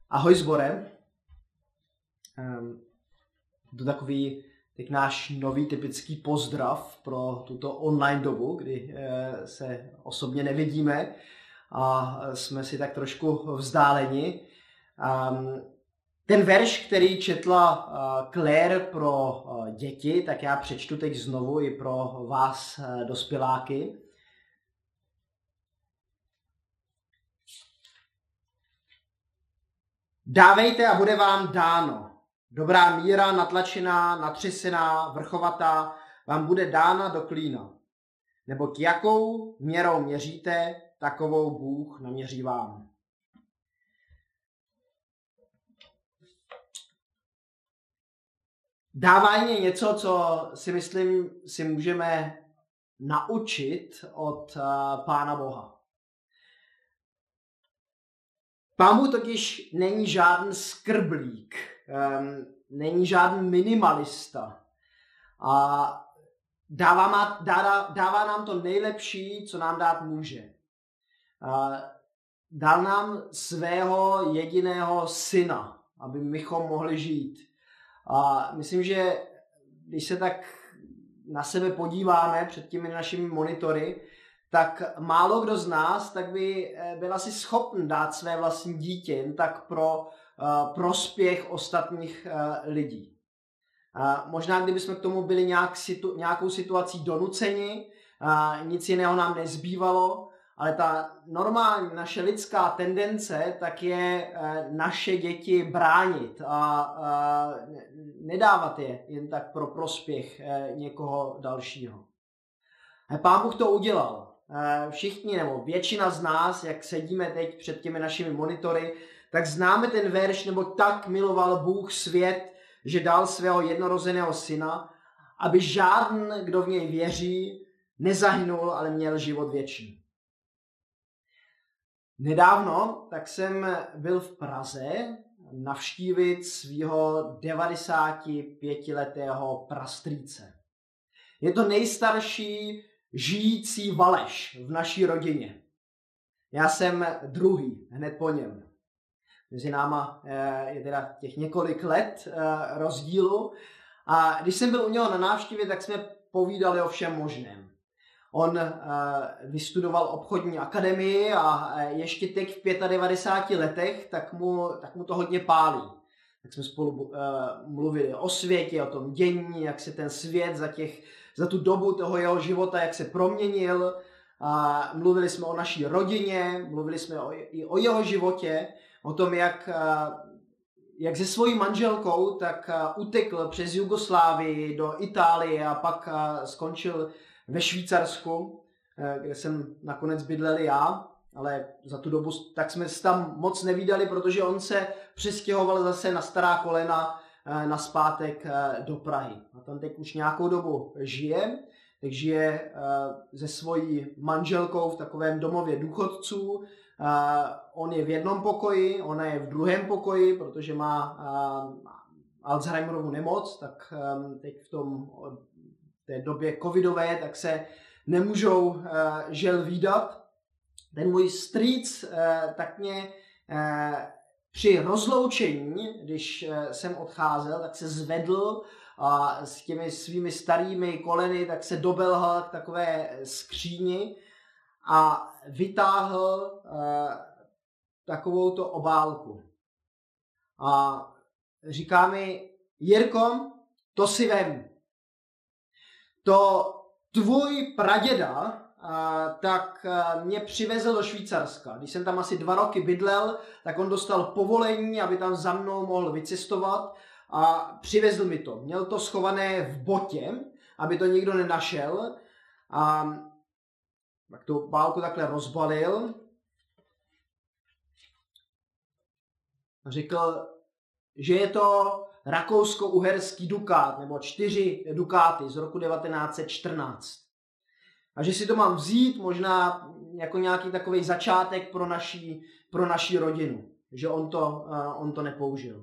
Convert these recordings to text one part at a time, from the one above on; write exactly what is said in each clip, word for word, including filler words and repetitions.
Ahoj sbore. Um, to takový tak náš nový typický pozdrav pro tuto online dobu, kdy uh, se osobně nevidíme a jsme si tak trošku vzdáleni. Um, ten verš, který četla uh, Claire pro uh, děti, tak já přečtu teď znovu i pro vás uh, dospěláky. Dávejte a bude vám dáno. Dobrá míra, natlačená, natřesená, vrchovatá, vám bude dána do klína. Neboť jakou měrou měříte, takovou Bůh naměří vám. Dávání je něco, co si myslím, si můžeme naučit od uh, Pána Boha. Pán Bůh totiž není žádný skrblík, um, není žádný minimalista a dává, má, dává, dává nám to nejlepší, co nám dát může. Uh, dal nám svého jediného syna, aby mychom mohli žít. A myslím, že když se tak na sebe podíváme před těmi našimi monitory, tak málo kdo z nás tak by byl asi schopen dát své vlastní dítě jen tak pro uh, prospěch ostatních uh, lidí. Uh, možná kdybychom k tomu byli nějak situ, nějakou situací donuceni, uh, nic jiného nám nezbývalo, ale ta normální naše lidská tendence tak je uh, naše děti bránit a uh, nedávat je jen tak pro prospěch uh, někoho dalšího. A Pán Bůh to udělal. Všichni, nebo většina z nás, jak sedíme teď před těmi našimi monitory, tak známe ten verš, nebo tak miloval Bůh svět, že dal svého jednorozeného syna, aby žádný, kdo v něj věří, nezahynul, ale měl život věčný. Nedávno tak jsem byl v Praze navštívit svého devadesátipětiletého prastrýce. Je to nejstarší žijící Valeš v naší rodině. Já jsem druhý, hned po něm. Mezi náma je teda těch několik let rozdílu. A když jsem byl u něho na návštěvě, tak jsme povídali o všem možném. On vystudoval obchodní akademii a ještě teď v devadesát pěti letech, tak mu, tak mu to hodně pálí. Tak jsme spolu mluvili o světě, o tom dění, jak se ten svět za těch za tu dobu toho jeho života, jak se proměnil. A mluvili jsme o naší rodině, mluvili jsme o, i o jeho životě, o tom, jak, jak se svojí manželkou tak utekl přes Jugoslávii do Itálie a pak skončil ve Švýcarsku, kde jsem nakonec bydlel já, ale za tu dobu tak jsme se tam moc nevídali, protože on se přestěhoval zase na stará kolena naspátek do Prahy. A tam teď už nějakou dobu žije, tak žije se svojí manželkou v takovém domově důchodců. On je v jednom pokoji, ona je v druhém pokoji, protože má Alzheimerovu nemoc, tak teď v tom, té době covidové, tak se nemůžou žel vídat. Ten můj strýc tak mě při rozloučení, když jsem odcházel, tak se zvedl a s těmi svými starými koleny tak se dobelhal k takové skříni a vytáhl eh, takovouto obálku. A říká mi: Jirko, to si vem. To tvůj praděda Uh, tak uh, mě přivezl do Švýcarska. Když jsem tam asi dva roky bydlel, tak on dostal povolení, aby tam za mnou mohl vycestovat a přivezl mi to. Měl to schované v botě, aby to nikdo nenašel. A tak tu bálku takhle rozbalil a řekl, že je to rakousko-uherský dukát, nebo čtyři dukáty z roku devatenáct set čtrnáct. A že si to mám vzít možná jako nějaký takový začátek pro naší, pro naší rodinu. Že on to, uh, on to nepoužil.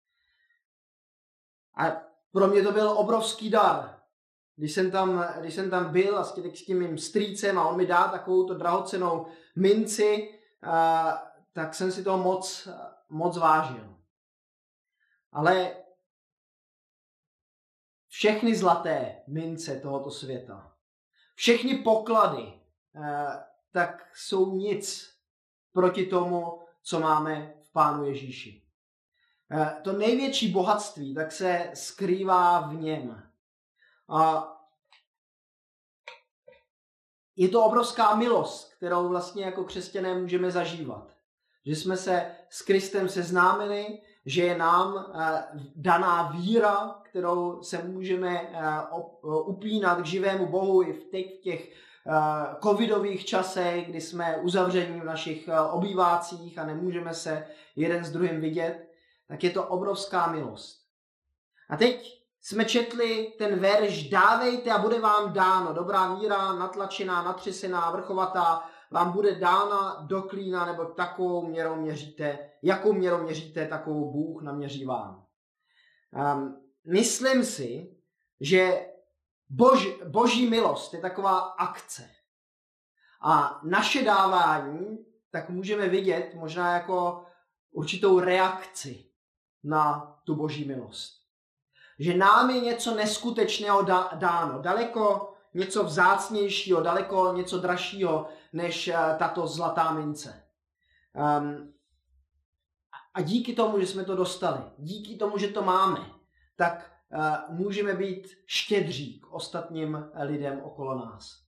A pro mě to byl obrovský dar. Když jsem tam, když jsem tam byl a s tím, s tím mým strýcem a on mi dá takovou to drahocennou minci, uh, tak jsem si toho moc, moc vážil. Ale všechny zlaté mince tohoto světa, všechny poklady, tak jsou nic proti tomu, co máme v Pánu Ježíši. To největší bohatství tak se skrývá v něm. A je to obrovská milost, kterou vlastně jako křesťané můžeme zažívat. Že jsme se s Kristem seznámili, že je nám daná víra, kterou se můžeme upínat k živému Bohu i v těch, v těch covidových časech, kdy jsme uzavření v našich obývácích a nemůžeme se jeden s druhým vidět, tak je to obrovská milost. A teď jsme četli ten verš: dávejte a bude vám dáno. Dobrá víra, natlačená, natřesená, vrchovatá, vám bude dána do klína, nebo takovou měrou měříte, jakou měrou měříte, takovou Bůh naměří vám. Um, myslím si, že bož, boží milost je taková akce. A naše dávání tak můžeme vidět možná jako určitou reakci na tu boží milost. Že nám je něco neskutečného dáno, daleko něco vzácnějšího, daleko něco dražšího než tato zlatá mince. Um, a díky tomu, že jsme to dostali, díky tomu, že to máme, tak uh, můžeme být štědří k ostatním lidem okolo nás.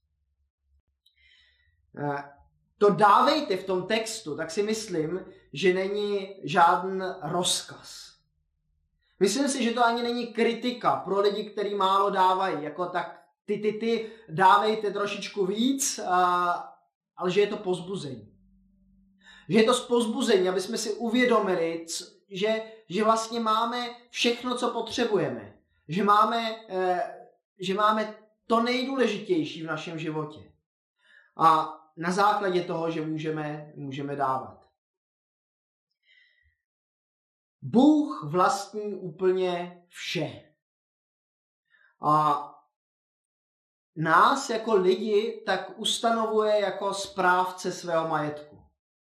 Uh, to dávejte v tom textu, tak si myslím, že není žádný rozkaz. Myslím si, že to ani není kritika pro lidi, kteří málo dávají, jako tak ty, ty, ty, dávejte trošičku víc, a, ale že je to povzbuzení. Že je to povzbuzení, aby jsme si uvědomili, že, že vlastně máme všechno, co potřebujeme. Že máme, eh, že máme to nejdůležitější v našem životě. A na základě toho, že můžeme, můžeme dávat. Bůh vlastní úplně vše. A nás jako lidi tak ustanovuje jako správce svého majetku.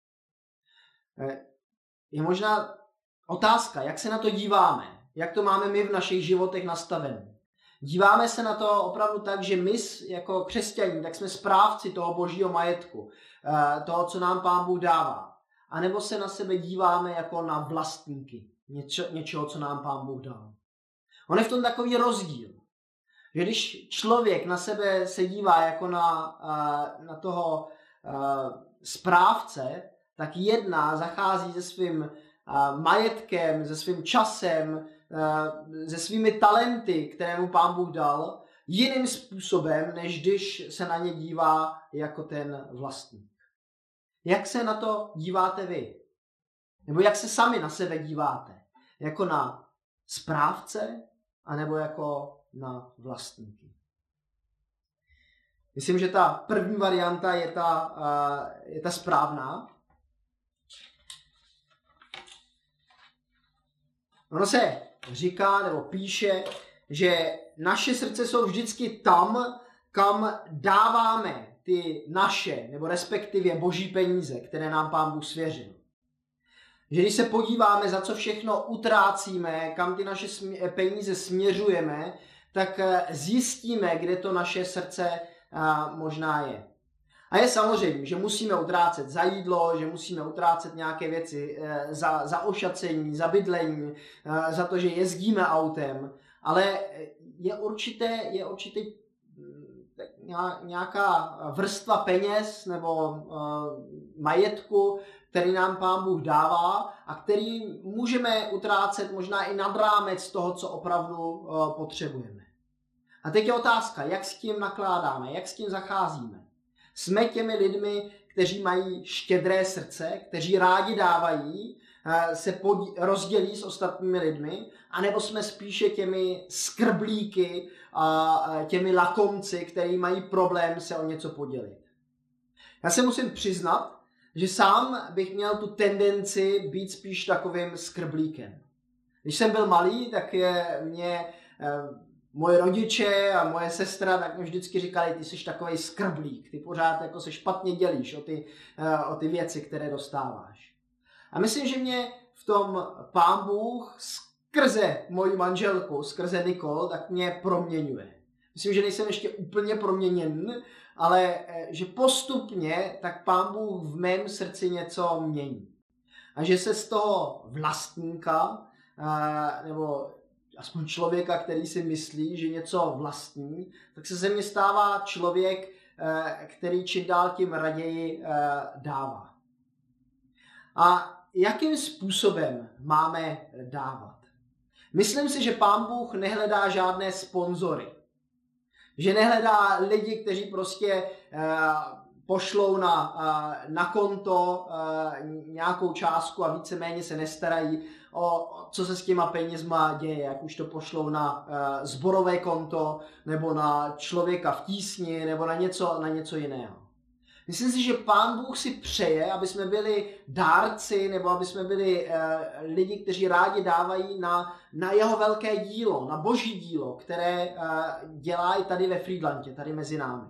Je možná otázka, jak se na to díváme, jak to máme my v našich životech nastavené. Díváme se na to opravdu tak, že my jako křesťaní, tak jsme správci toho božího majetku, toho, co nám Pán Bůh dává. A nebo se na sebe díváme jako na vlastníky něčo, něčeho, co nám Pán Bůh dal. On je v tom takový rozdíl. Že když člověk na sebe se dívá jako na, na toho správce, tak jedná, zachází se svým majetkem, se svým časem, se svými talenty, které mu Pán Bůh dal, jiným způsobem, než když se na ně dívá jako ten vlastník. Jak se na to díváte vy? Nebo jak se sami na sebe díváte? Jako na správce, anebo jako na vlastníky? Myslím, že ta první varianta je ta, je ta správná. Ono se říká nebo píše, že naše srdce jsou vždycky tam, kam dáváme ty naše, nebo respektive boží peníze, které nám Pán Bůh svěřil. Že když se podíváme, za co všechno utrácíme, kam ty naše peníze směřujeme, tak zjistíme, kde to naše srdce možná je. A je samozřejmě, že musíme utrácet za jídlo, že musíme utrácet nějaké věci za, za ošacení, za bydlení, za to, že jezdíme autem, ale je určité, je určitý nějaká vrstva peněz nebo majetku, který nám Pán Bůh dává a který můžeme utrácet možná i nad rámec toho, co opravdu potřebujeme. A teď je otázka, jak s tím nakládáme, jak s tím zacházíme. Jsme těmi lidmi, kteří mají štědré srdce, kteří rádi dávají, se podí, rozdělí s ostatními lidmi, anebo jsme spíše těmi skrblíky a těmi lakomci, kteří mají problém se o něco podělit. Já se musím přiznat, že sám bych měl tu tendenci být spíš takovým skrblíkem. Když jsem byl malý, tak je mě moje rodiče a moje sestra tak mi vždycky říkali, ty jsi takovej skrblík, ty pořád jako se špatně dělíš o ty, o ty věci, které dostáváš. A myslím, že mě v tom Pán Bůh skrze moji manželku, skrze Nikol, tak mě proměňuje. Myslím, že nejsem ještě úplně proměněn, ale že postupně tak Pán Bůh v mém srdci něco mění. A že se z toho vlastníka, nebo aspoň člověka, který si myslí, že něco vlastní, tak se ze mě stává člověk, který čím dál tím raději dává. A jakým způsobem máme dávat? Myslím si, že Pán Bůh nehledá žádné sponzory. Že nehledá lidi, kteří prostě pošlou na, na konto nějakou částku a víceméně se nestarají o co se s těma penězma děje, jak už to pošlou na sborové konto nebo na člověka v tísni nebo na něco, na něco jiného. Myslím si, že Pán Bůh si přeje, aby jsme byli dárci nebo aby jsme byli lidi, kteří rádi dávají na, na jeho velké dílo, na boží dílo, které dělá i tady ve Frýdlantě, tady mezi námi.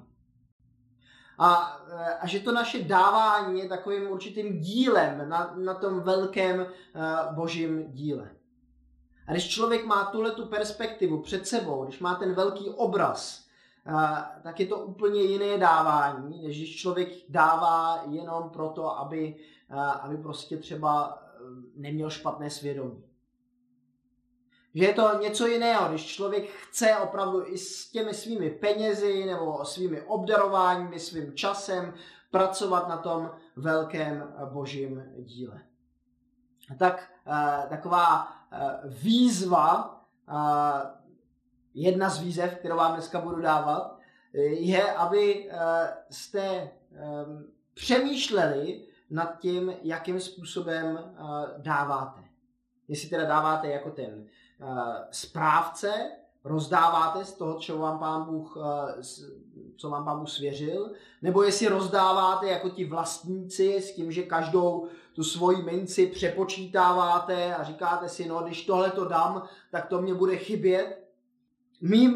A, a že to naše dávání je takovým určitým dílem na, na tom velkém uh, božím díle. A když člověk má tuhletu perspektivu před sebou, když má ten velký obraz, uh, tak je to úplně jiné dávání, než když člověk dává jenom proto, aby, uh, aby prostě třeba neměl špatné svědomí. Že je to něco jiného, když člověk chce opravdu i s těmi svými penězi nebo svými obdarováními, svým časem pracovat na tom velkém božím díle. Tak taková výzva, jedna z výzev, kterou vám dneska budu dávat, je, aby jste přemýšleli nad tím, jakým způsobem dáváte. Jestli teda dáváte jako ten správce, rozdáváte z toho, co vám Pán Bůh, co vám Pán Bůh svěřil, nebo jestli rozdáváte jako ti vlastníci s tím, že každou tu svoji minci přepočítáváte a říkáte si, no, když tohle to dám, tak to mě bude chybět. Mým,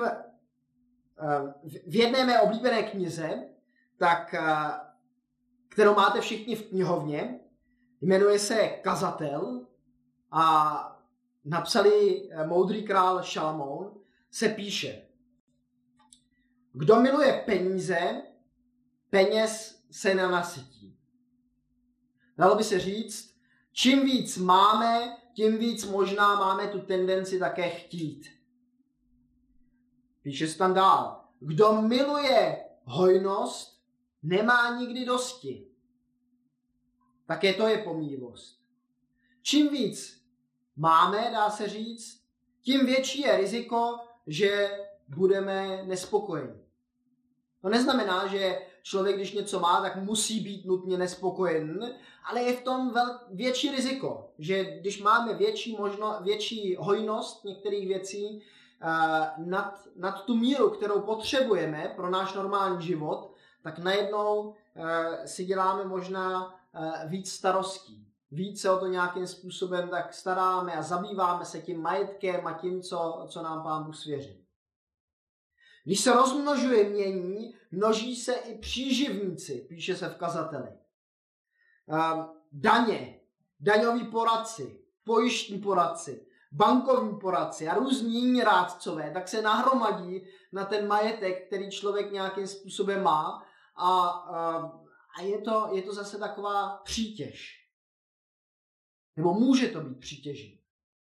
v jedné mé oblíbené knize, tak, kterou máte všichni v knihovně, jmenuje se Kazatel a napsali moudrý král Šalamoun, se píše: kdo miluje peníze, peněz se nenasytí. Dalo by se říct, čím víc máme, tím víc možná máme tu tendenci také chtít. Píše se tam dál: kdo miluje hojnost, nemá nikdy dosti. Také to je pomíjivost. Čím víc máme, dá se říct, tím větší je riziko, že budeme nespokojeni. To neznamená, že člověk, když něco má, tak musí být nutně nespokojen, ale je v tom vel, větší riziko, že když máme větší, možno, větší hojnost některých věcí uh, nad, nad tu míru, kterou potřebujeme pro náš normální život, tak najednou uh, si děláme možná uh, víc starostí. Víc se o to nějakým způsobem tak staráme a zabýváme se tím majetkem a tím, co, co nám Pán Bůh svěřil. Když se rozmnožuje mění, množí se i příživníci, píše se v Kazateli. Daně, daňoví poradci, pojištní poradci, bankovní poradci a různí jiní rádcové, tak se nahromadí na ten majetek, který člověk nějakým způsobem má a, a je, to, je to zase taková přítěž. Nebo může to být přítěží.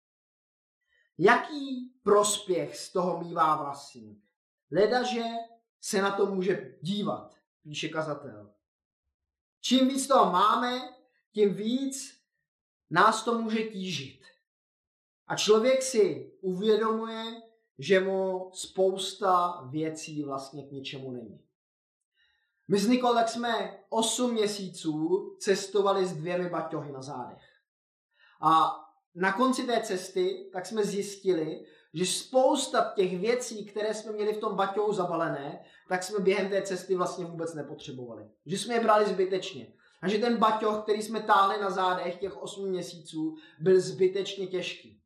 Jaký prospěch z toho mívá vlastník? Ledaže se na to může dívat, píše Kazatel. Čím víc toho máme, tím víc nás to může tížit. A člověk si uvědomuje, že mu spousta věcí vlastně k ničemu není. My s Nikol tak jsme osm měsíců cestovali s dvěmi baťohy na zádech. A na konci té cesty tak jsme zjistili, že spousta těch věcí, které jsme měli v tom baťohu zabalené, tak jsme během té cesty vlastně vůbec nepotřebovali. Že jsme je brali zbytečně. A že ten baťoh, který jsme táhli na zádech těch osm měsíců, byl zbytečně těžký.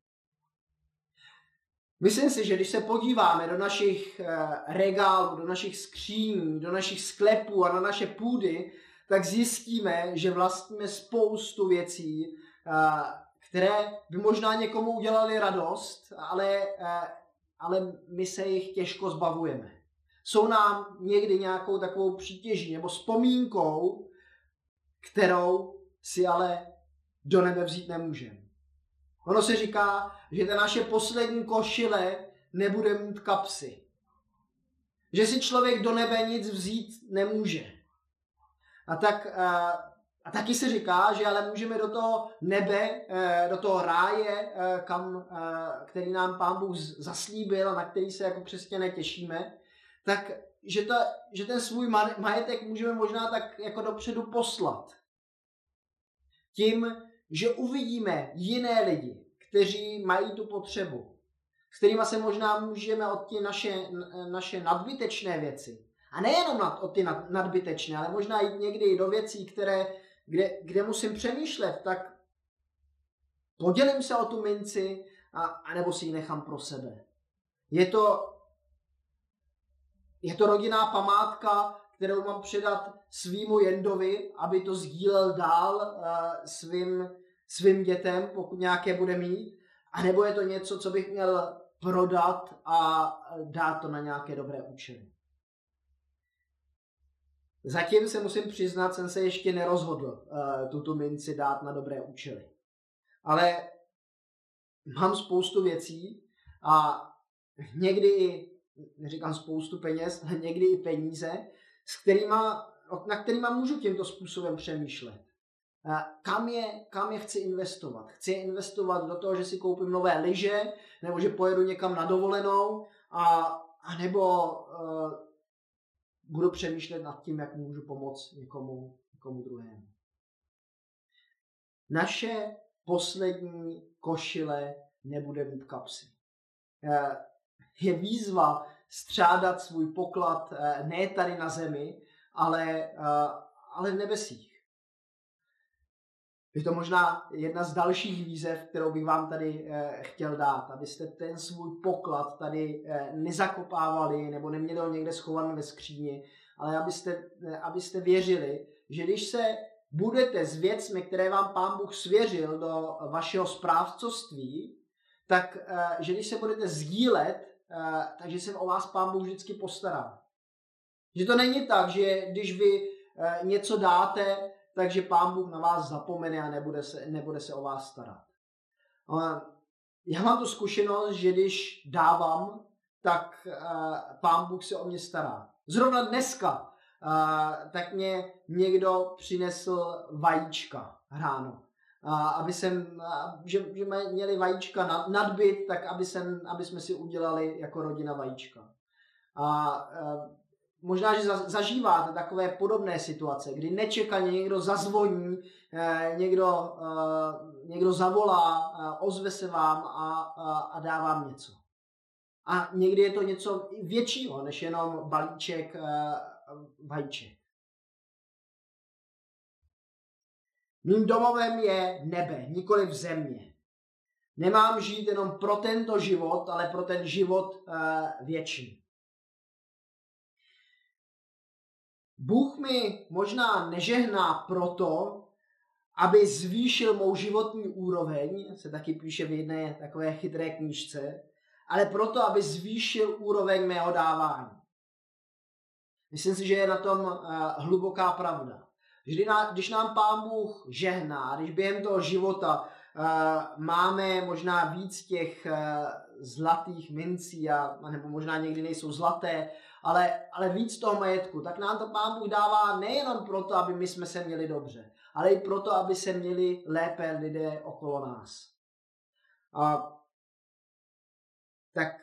Myslím si, že když se podíváme do našich regálů, do našich skříní, do našich sklepů a na naše půdy, tak zjistíme, že vlastníme spoustu věcí, které by možná někomu udělali radost, ale, ale my se jich těžko zbavujeme. Jsou nám někdy nějakou takovou přítěží nebo vzpomínkou, kterou si ale do nebe vzít nemůžeme. Ono se říká, že ta naše poslední košile nebude mít kapsy. Že si člověk do nebe nic vzít nemůže. A, tak, a taky se říká, že ale můžeme do toho nebe, do toho ráje, kam, který nám Pán Bůh zaslíbil a na který se jako křesťané těšíme, tak že, to, že ten svůj majetek můžeme možná tak jako dopředu poslat. Tím, že uvidíme jiné lidi, kteří mají tu potřebu, s kterými se možná můžeme od ty naše, naše nadbytečné věci, a nejenom nad, od ty nad, nadbytečné, ale možná jít někdy i do věcí, které, kde, kde musím přemýšlet, tak podělím se o tu minci, a, anebo si ji nechám pro sebe. Je to, je to rodinná památka, kterou mám předat svýmu Jendovi, aby to sdílel dál uh, svým, svým dětem, pokud nějaké bude mít, a nebo je to něco, co bych měl prodat a dát to na nějaké dobré účely. Zatím se musím přiznat, jsem se ještě nerozhodl uh, tuto minci dát na dobré účely. Ale mám spoustu věcí a někdy i, neříkám spoustu peněz, ale někdy i peníze, s kterýma, na kterýma můžu tímto způsobem přemýšlet. Uh, kam je, kam je chci investovat? Chci je investovat do toho, že si koupím nové lyže, nebo že pojedu někam na dovolenou, a, a nebo uh, budu přemýšlet nad tím, jak můžu pomoct někomu, někomu druhému. Naše poslední košile nebude mít kapsy. Je výzva střádat svůj poklad ne tady na zemi, ale, ale v nebesích. Je to možná jedna z dalších výzev, kterou bych vám tady chtěl dát, abyste ten svůj poklad tady nezakopávali nebo neměli ho někde schovaný ve skříni, ale abyste, abyste věřili, že když se budete s věcmi, které vám Pán Bůh svěřil do vašeho správcovství, tak že když se budete sdílet, takže se o vás Pán Bůh vždycky postará. Že to není tak, že když vy něco dáte, takže Pán Bůh na vás zapomene a nebude se, nebude se o vás starat. Já mám tu zkušenost, že když dávám, tak Pán Bůh se o mě stará. Zrovna dneska tak mě někdo přinesl vajíčka ráno. Aby jsem, že, že měli vajíčka nadbyt, tak aby, jsem, aby jsme si udělali jako rodina vajíčka. A možná, že zažíváte takové podobné situace, kdy nečekaně někdo zazvoní, někdo, někdo zavolá, ozve se vám a, a dá vám něco. A někdy je to něco většího, než jenom balíček vajíček. Mým domovem je nebe, nikoli v země. Nemám žít jenom pro tento život, ale pro ten život věčný. Bůh mi možná nežehná proto, aby zvýšil mou životní úroveň, se taky píše v jedné takové chytré knížce, ale proto, aby zvýšil úroveň mého dávání. Myslím si, že je na tom uh, hluboká pravda. Vždy na, když nám Pán Bůh žehná, když během toho života uh, máme možná víc těch uh, zlatých mincí, a, nebo možná někdy nejsou zlaté, ale, ale víc toho majetku, tak nám to Pán Bůh dává nejenom proto, aby my jsme se měli dobře, ale i proto, aby se měli lépe lidé okolo nás. A, tak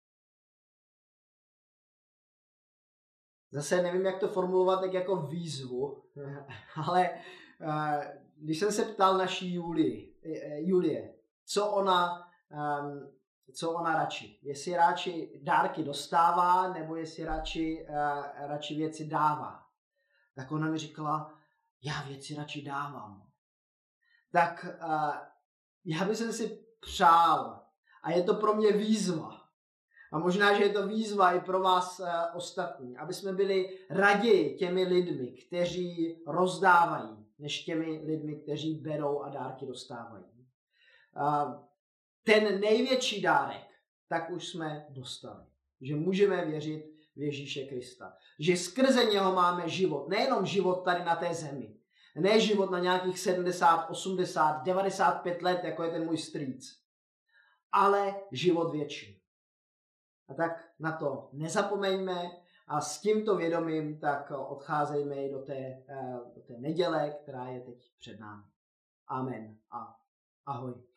zase nevím, jak to formulovat tak jako výzvu, ale uh, když jsem se ptal naší Julii, Julie, co ona, um, co ona radši, jestli radši dárky dostává, nebo jestli radši, uh, radši věci dává, tak ona mi říkala, já věci radši dávám. Tak uh, já bych si přál, a je to pro mě výzva, a možná, že je to výzva i pro vás uh, ostatní, aby jsme byli raději těmi lidmi, kteří rozdávají, než těmi lidmi, kteří berou a dárky dostávají. ten největší dárek, tak už jsme dostali. Že můžeme věřit v Ježíše Krista. Že skrze něho máme život. Nejenom život tady na té zemi. Ne život na nějakých sedmdesát, osmdesát, devadesát pět let, jako je ten můj strýc. Ale život věčný. A tak na to nezapomeňme a s tímto vědomím tak odcházejme i do té, do té neděle, která je teď před námi. Amen a ahoj.